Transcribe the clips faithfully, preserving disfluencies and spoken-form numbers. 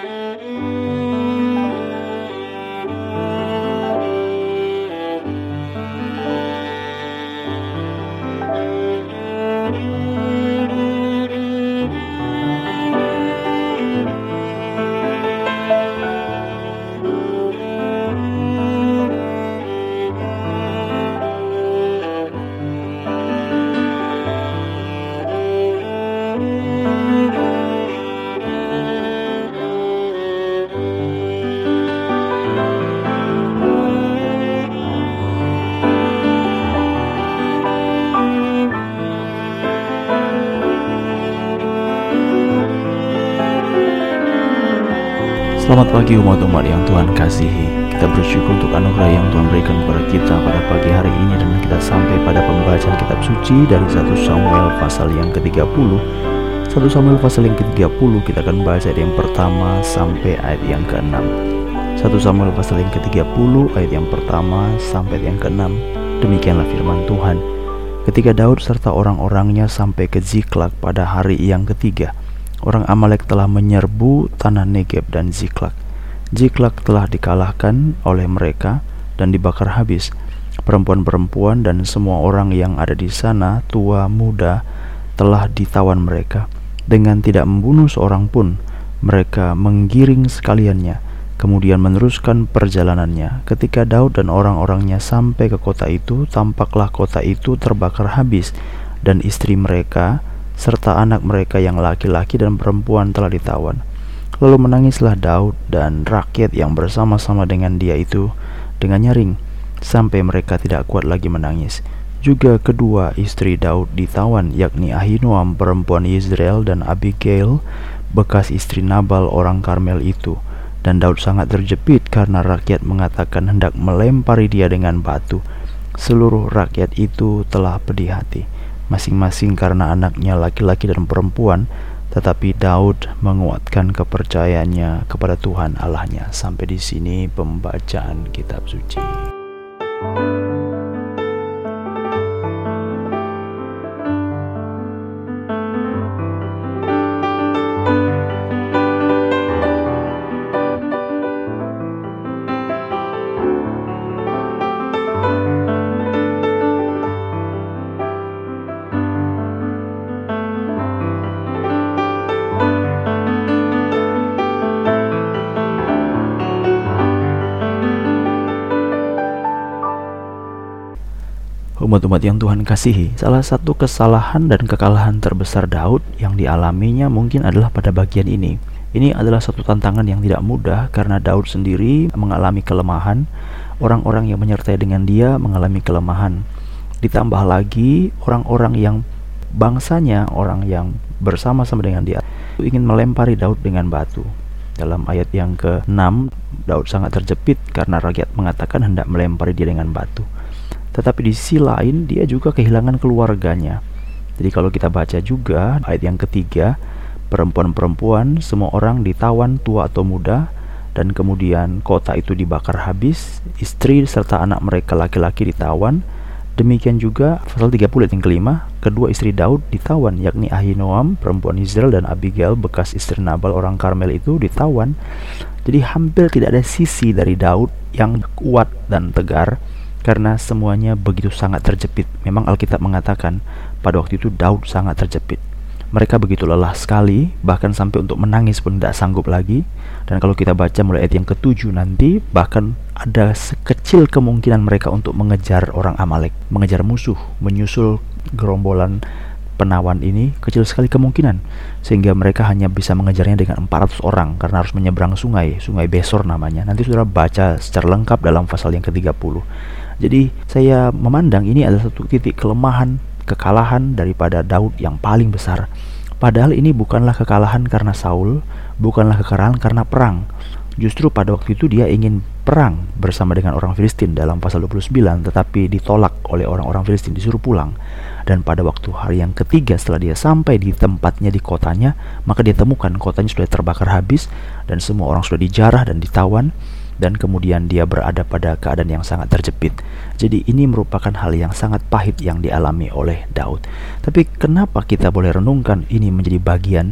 Selamat pagi umat-umat yang Tuhan kasihi. Kita bersyukur untuk anugerah yang Tuhan berikan kepada kita pada pagi hari ini, dan kita sampai pada pembacaan kitab suci dari satu Samuel pasal yang ketiga puluh. satu Samuel pasal yang ketiga puluh kita akan baca ayat yang pertama sampai ayat yang keenam. satu Samuel pasal yang ketiga puluh ayat yang pertama sampai ayat yang keenam. Demikianlah firman Tuhan. Ketika Daud serta orang-orangnya sampai ke Ziklag pada hari yang ketiga, orang Amalek telah menyerbu tanah Negeb dan Ziklag. Ziklag telah dikalahkan oleh mereka dan dibakar habis. Perempuan-perempuan dan semua orang yang ada di sana, tua muda, telah ditawan mereka. Dengan tidak membunuh seorang pun, mereka menggiring sekaliannya, kemudian meneruskan perjalanannya. Ketika Daud dan orang-orangnya sampai ke kota itu, tampaklah kota itu terbakar habis, dan istri mereka serta anak mereka yang laki-laki dan perempuan telah ditawan. Lalu menangislah Daud dan rakyat yang bersama-sama dengan dia itu dengan nyaring, sampai mereka tidak kuat lagi menangis. Juga kedua istri Daud ditawan, yakni Ahinoam perempuan Yezreel dan Abigail bekas istri Nabal orang Karmel itu. Dan Daud sangat terjepit karena rakyat mengatakan hendak melempari dia dengan batu. Seluruh rakyat itu telah pedih hati, masing-masing karena anaknya laki-laki dan perempuan, tetapi Daud menguatkan kepercayaannya kepada Tuhan Allahnya. Sampai di sini pembacaan kitab suci. Umat-umat yang Tuhan kasihi, salah satu kesalahan dan kekalahan terbesar Daud yang dialaminya mungkin adalah pada bagian ini. Ini adalah satu tantangan yang tidak mudah karena Daud sendiri mengalami kelemahan, orang-orang yang menyertai dengan dia mengalami kelemahan. Ditambah lagi orang-orang yang bangsanya, orang yang bersama-sama dengan dia, ingin melempari Daud dengan batu. Dalam ayat yang keenam, Daud sangat terjepit karena rakyat mengatakan hendak melempari dia dengan batu. Tetapi di sisi lain dia juga kehilangan keluarganya. Jadi kalau kita baca juga ayat yang ketiga, perempuan-perempuan semua orang ditawan, tua atau muda, dan kemudian kota itu dibakar habis, istri serta anak mereka laki-laki ditawan. Demikian juga pasal tiga puluh ayat yang kelima, kedua istri Daud ditawan, yakni Ahinoam perempuan Israel dan Abigail bekas istri Nabal orang Karmel itu ditawan. Jadi hampir tidak ada sisi dari Daud yang kuat dan tegar, karena semuanya begitu sangat terjepit. Memang Alkitab mengatakan pada waktu itu Daud sangat terjepit. Mereka begitu lelah sekali, bahkan sampai untuk menangis pun tidak sanggup lagi. Dan kalau kita baca mulai ayat yang ketujuh nanti, bahkan ada sekecil kemungkinan mereka untuk mengejar orang Amalek, mengejar musuh, menyusul gerombolan penawan ini, kecil sekali kemungkinan. Sehingga mereka hanya bisa mengejarnya dengan empat ratus orang karena harus menyeberang sungai, sungai Besor namanya. Nanti saudara baca secara lengkap dalam pasal yang ketiga puluh. Jadi saya memandang ini adalah satu titik kelemahan, kekalahan daripada Daud yang paling besar. Padahal ini bukanlah kekalahan karena Saul, bukanlah kekalahan karena perang. Justru pada waktu itu dia ingin perang bersama dengan orang Filistin dalam pasal dua puluh sembilan, tetapi ditolak oleh orang-orang Filistin, disuruh pulang. Dan pada waktu hari yang ketiga setelah dia sampai di tempatnya, di kotanya, maka dia temukan kotanya sudah terbakar habis dan semua orang sudah dijarah dan ditawan. Dan kemudian dia berada pada keadaan yang sangat terjepit. Jadi ini merupakan hal yang sangat pahit yang dialami oleh Daud. Tapi kenapa kita boleh renungkan ini menjadi bagian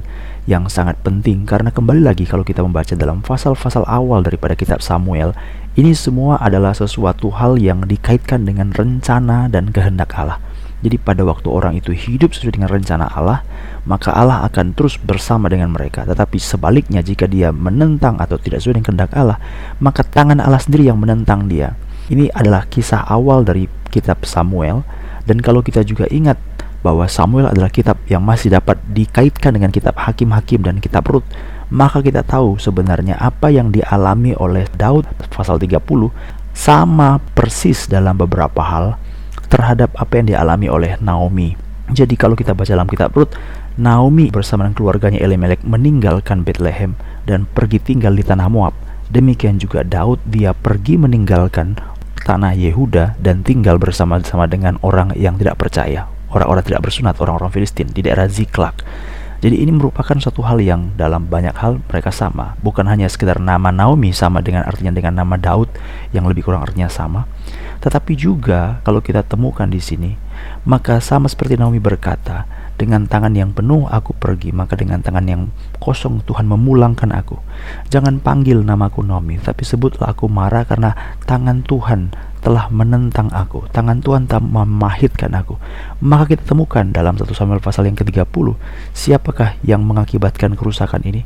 yang sangat penting, karena kembali lagi kalau kita membaca dalam pasal-pasal awal daripada kitab Samuel, ini semua adalah sesuatu hal yang dikaitkan dengan rencana dan kehendak Allah. Jadi pada waktu orang itu hidup sesuai dengan rencana Allah, maka Allah akan terus bersama dengan mereka. Tetapi sebaliknya, jika dia menentang atau tidak sesuai dengan kehendak Allah, maka tangan Allah sendiri yang menentang dia. Ini adalah kisah awal dari kitab Samuel. Dan kalau kita juga ingat bahwa Samuel adalah kitab yang masih dapat dikaitkan dengan kitab Hakim-Hakim dan kitab Rut, maka kita tahu sebenarnya apa yang dialami oleh Daud pasal tiga puluh sama persis dalam beberapa hal terhadap apa yang dialami oleh Naomi. Jadi kalau kita baca dalam kitab Rut, Naomi bersama dengan keluarganya Elimelek meninggalkan Bethlehem dan pergi tinggal di tanah Moab. Demikian juga Daud, dia pergi meninggalkan tanah Yehuda dan tinggal bersama-sama dengan orang yang tidak percaya, orang-orang tidak bersunat, orang-orang Filistin di daerah Ziklag. Jadi ini merupakan suatu hal yang dalam banyak hal mereka sama. Bukan hanya sekedar nama Naomi sama dengan artinya dengan nama Daud yang lebih kurang artinya sama, tetapi juga kalau kita temukan di sini, maka sama seperti Naomi berkata, dengan tangan yang penuh aku pergi, maka dengan tangan yang kosong Tuhan memulangkan aku. Jangan panggil namaku Naomi, tapi sebutlah aku Mara, karena tangan Tuhan telah menentang aku, tangan Tuhan telah memahitkan aku. Maka kita temukan dalam satu Samuel pasal yang ke tiga puluh, siapakah yang mengakibatkan kerusakan ini?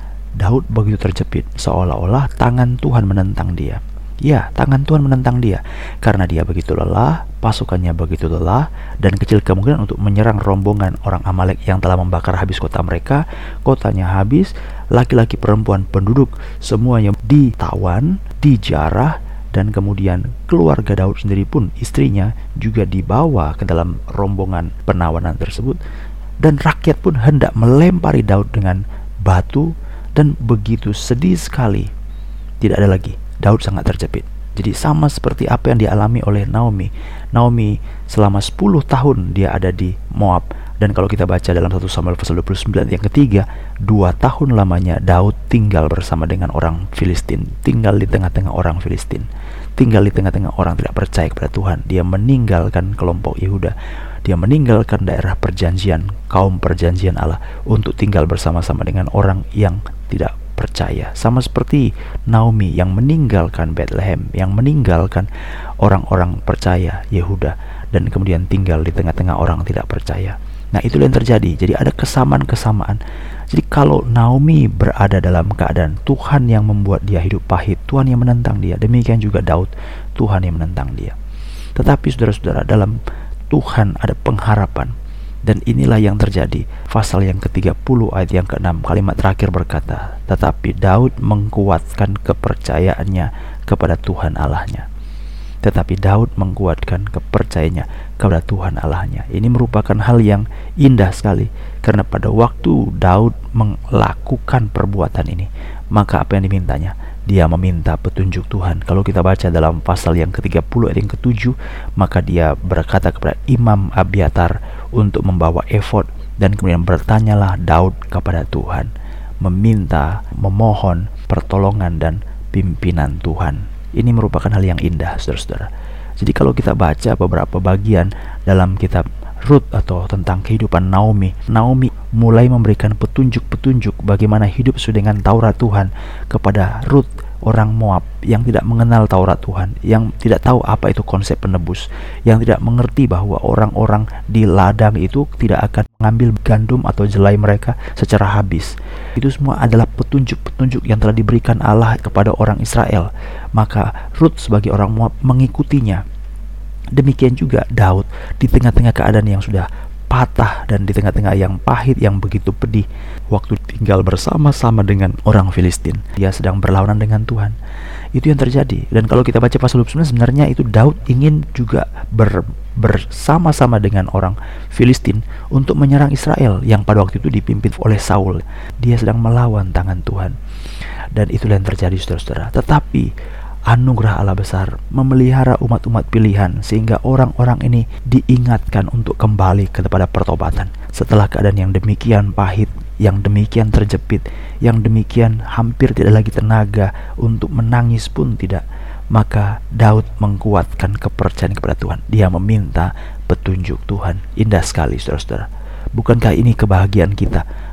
Daud begitu terjepit, seolah-olah tangan Tuhan menentang dia. Ya, tangan Tuhan menentang dia, karena dia begitu lelah, pasukannya begitu lelah, dan kecil kemungkinan untuk menyerang rombongan orang Amalek yang telah membakar habis kota mereka. Kotanya habis, laki-laki, perempuan, penduduk, semuanya ditawan, dijarah, dan kemudian keluarga Daud sendiri pun, istrinya juga dibawa ke dalam rombongan penawanan tersebut. Dan rakyat pun hendak melempari Daud dengan batu, dan begitu sedih sekali. Tidak ada lagi, Daud sangat terjepit. Jadi sama seperti apa yang dialami oleh Naomi. Naomi selama sepuluh tahun dia ada di Moab. Dan kalau kita baca dalam satu Samuel pasal dua puluh sembilan yang ketiga, dua tahun lamanya Daud tinggal bersama dengan orang Filistin, tinggal di tengah-tengah orang Filistin, tinggal di tengah-tengah orang tidak percaya kepada Tuhan. Dia meninggalkan kelompok Yehuda, dia meninggalkan daerah perjanjian, kaum perjanjian Allah, untuk tinggal bersama-sama dengan orang yang tidak percaya. Sama seperti Naomi yang meninggalkan Bethlehem, yang meninggalkan orang-orang percaya Yehuda, dan kemudian tinggal di tengah-tengah orang tidak percaya. Nah, itulah yang terjadi. Jadi ada kesamaan-kesamaan. Jadi kalau Naomi berada dalam keadaan Tuhan yang membuat dia hidup pahit, Tuhan yang menentang dia, demikian juga Daud, Tuhan yang menentang dia. Tetapi saudara-saudara, dalam Tuhan ada pengharapan. Dan inilah yang terjadi. Pasal yang ke tiga puluh ayat yang keenam, kalimat terakhir berkata, tetapi Daud mengkuatkan kepercayaannya kepada Tuhan Allahnya. Tetapi Daud mengkuatkan kepercayaannya kepada Tuhan Allahnya. Ini merupakan hal yang indah sekali, karena pada waktu Daud melakukan perbuatan ini, maka apa yang dimintanya? Dia meminta petunjuk Tuhan. Kalau kita baca dalam pasal yang ke tiga puluh ayat yang ketujuh, maka dia berkata kepada Imam Abiatar untuk membawa efod, dan kemudian bertanyalah Daud kepada Tuhan, meminta, memohon pertolongan dan pimpinan Tuhan. Ini merupakan hal yang indah, saudara-saudara. Jadi kalau kita baca beberapa bagian dalam kitab Rut atau tentang kehidupan Naomi, Naomi mulai memberikan petunjuk-petunjuk bagaimana hidup sesuai dengan Taurat Tuhan kepada Rut, orang Moab yang tidak mengenal Taurat Tuhan, yang tidak tahu apa itu konsep penebus, yang tidak mengerti bahwa orang-orang di ladang itu tidak akan mengambil gandum atau jelai mereka secara habis. Itu semua adalah petunjuk-petunjuk yang telah diberikan Allah kepada orang Israel. Maka Rut sebagai orang Moab mengikutinya. Demikian juga Daud di tengah-tengah keadaan yang sudah patah dan di tengah-tengah yang pahit, yang begitu pedih, waktu tinggal bersama-sama dengan orang Filistin, dia sedang berlawanan dengan Tuhan. Itu yang terjadi. Dan kalau kita baca pasal dua puluh sembilan, sebenarnya itu Daud ingin juga ber, bersama-sama dengan orang Filistin untuk menyerang Israel yang pada waktu itu dipimpin oleh Saul. Dia sedang melawan tangan Tuhan. Dan itulah yang terjadi, saudara-saudara. Tetapi anugerah Allah besar memelihara umat-umat pilihan, sehingga orang-orang ini diingatkan untuk kembali kepada pertobatan. Setelah keadaan yang demikian pahit, yang demikian terjepit, yang demikian hampir tidak lagi tenaga untuk menangis pun tidak, maka Daud mengkuatkan kepercayaan kepada Tuhan. Dia meminta petunjuk Tuhan. Indah sekali, saudara-saudara. Bukankah ini kebahagiaan kita?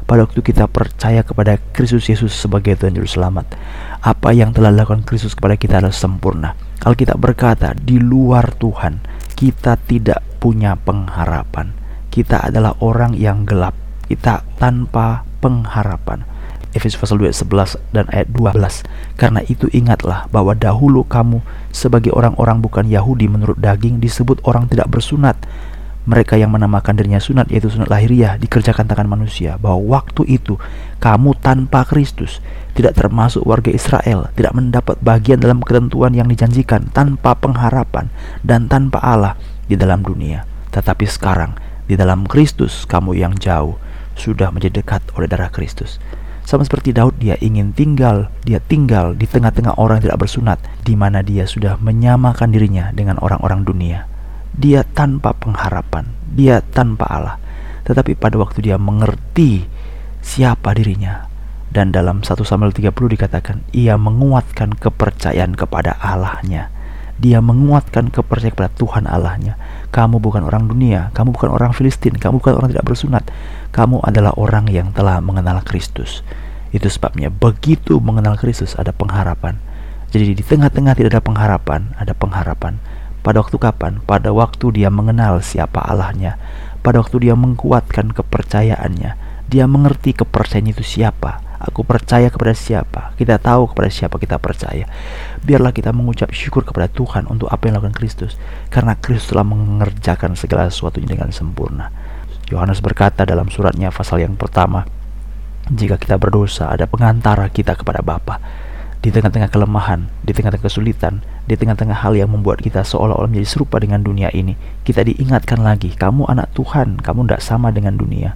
pada waktu kita percaya kepada Kristus Yesus sebagai Tuhan Juru Selamat. Apa yang telah dilakukan Kristus kepada kita adalah sempurna. Alkitab berkata, di luar Tuhan kita tidak punya pengharapan. Kita adalah orang yang gelap. Kita tanpa pengharapan. Efesus pasal dua ayat sebelas dan ayat dua belas. Karena itu ingatlah bahwa dahulu kamu sebagai orang-orang bukan Yahudi menurut daging disebut orang tidak bersunat. Mereka yang menamakan dirinya sunat, yaitu sunat lahiriah, dikerjakan tangan manusia. Bahwa waktu itu kamu tanpa Kristus, tidak termasuk warga Israel, tidak mendapat bagian dalam ketentuan yang dijanjikan, tanpa pengharapan dan tanpa Allah di dalam dunia. Tetapi sekarang di dalam Kristus kamu yang jauh sudah menjadi dekat oleh darah Kristus. Sama seperti Daud, dia ingin tinggal, dia tinggal di tengah-tengah orang yang tidak bersunat, di mana dia sudah menyamakan dirinya dengan orang-orang dunia. Dia tanpa pengharapan, dia tanpa Allah. Tetapi pada waktu dia mengerti siapa dirinya, dan dalam satu Samuel tiga puluh dikatakan, ia menguatkan kepercayaan kepada Allahnya. Dia menguatkan kepercayaan kepada Tuhan Allahnya. Kamu bukan orang dunia, kamu bukan orang Filistin, kamu bukan orang tidak bersunat. Kamu adalah orang yang telah mengenal Kristus. Itu sebabnya begitu mengenal Kristus ada pengharapan. Jadi di tengah-tengah tidak ada pengharapan, ada pengharapan. Pada waktu kapan? Pada waktu dia mengenal siapa Allahnya. Pada waktu dia menguatkan kepercayaannya. Dia mengerti kepercayaan itu siapa. Aku percaya kepada siapa. Kita tahu kepada siapa kita percaya. Biarlah kita mengucap syukur kepada Tuhan untuk apa yang dilakukan Kristus, karena Kristus telah mengerjakan segala sesuatunya dengan sempurna. Yohanes berkata dalam suratnya pasal yang pertama, jika kita berdosa, ada pengantara kita kepada Bapa. Di tengah-tengah kelemahan, di tengah-tengah kesulitan, di tengah-tengah hal yang membuat kita seolah-olah menjadi serupa dengan dunia ini, kita diingatkan lagi, kamu anak Tuhan, kamu tidak sama dengan dunia.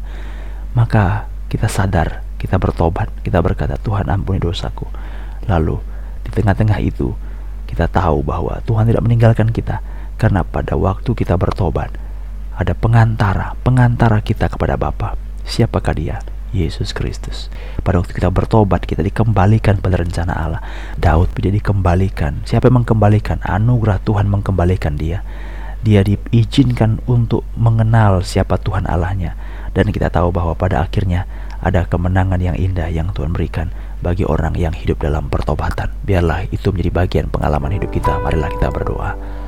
Maka kita sadar, kita bertobat, kita berkata, Tuhan ampuni dosaku. Lalu di tengah-tengah itu kita tahu bahwa Tuhan tidak meninggalkan kita, karena pada waktu kita bertobat ada pengantara, pengantara kita kepada Bapa. Siapakah dia? Yesus Kristus. Pada waktu kita bertobat, kita dikembalikan pada rencana Allah. Daud tidak dikembalikan. Siapa yang mengembalikan? Anugerah Tuhan mengembalikan dia. Dia diizinkan untuk mengenal siapa Tuhan Allahnya. Dan kita tahu bahwa pada akhirnya ada kemenangan yang indah yang Tuhan berikan bagi orang yang hidup dalam pertobatan. Biarlah itu menjadi bagian pengalaman hidup kita. Marilah kita berdoa.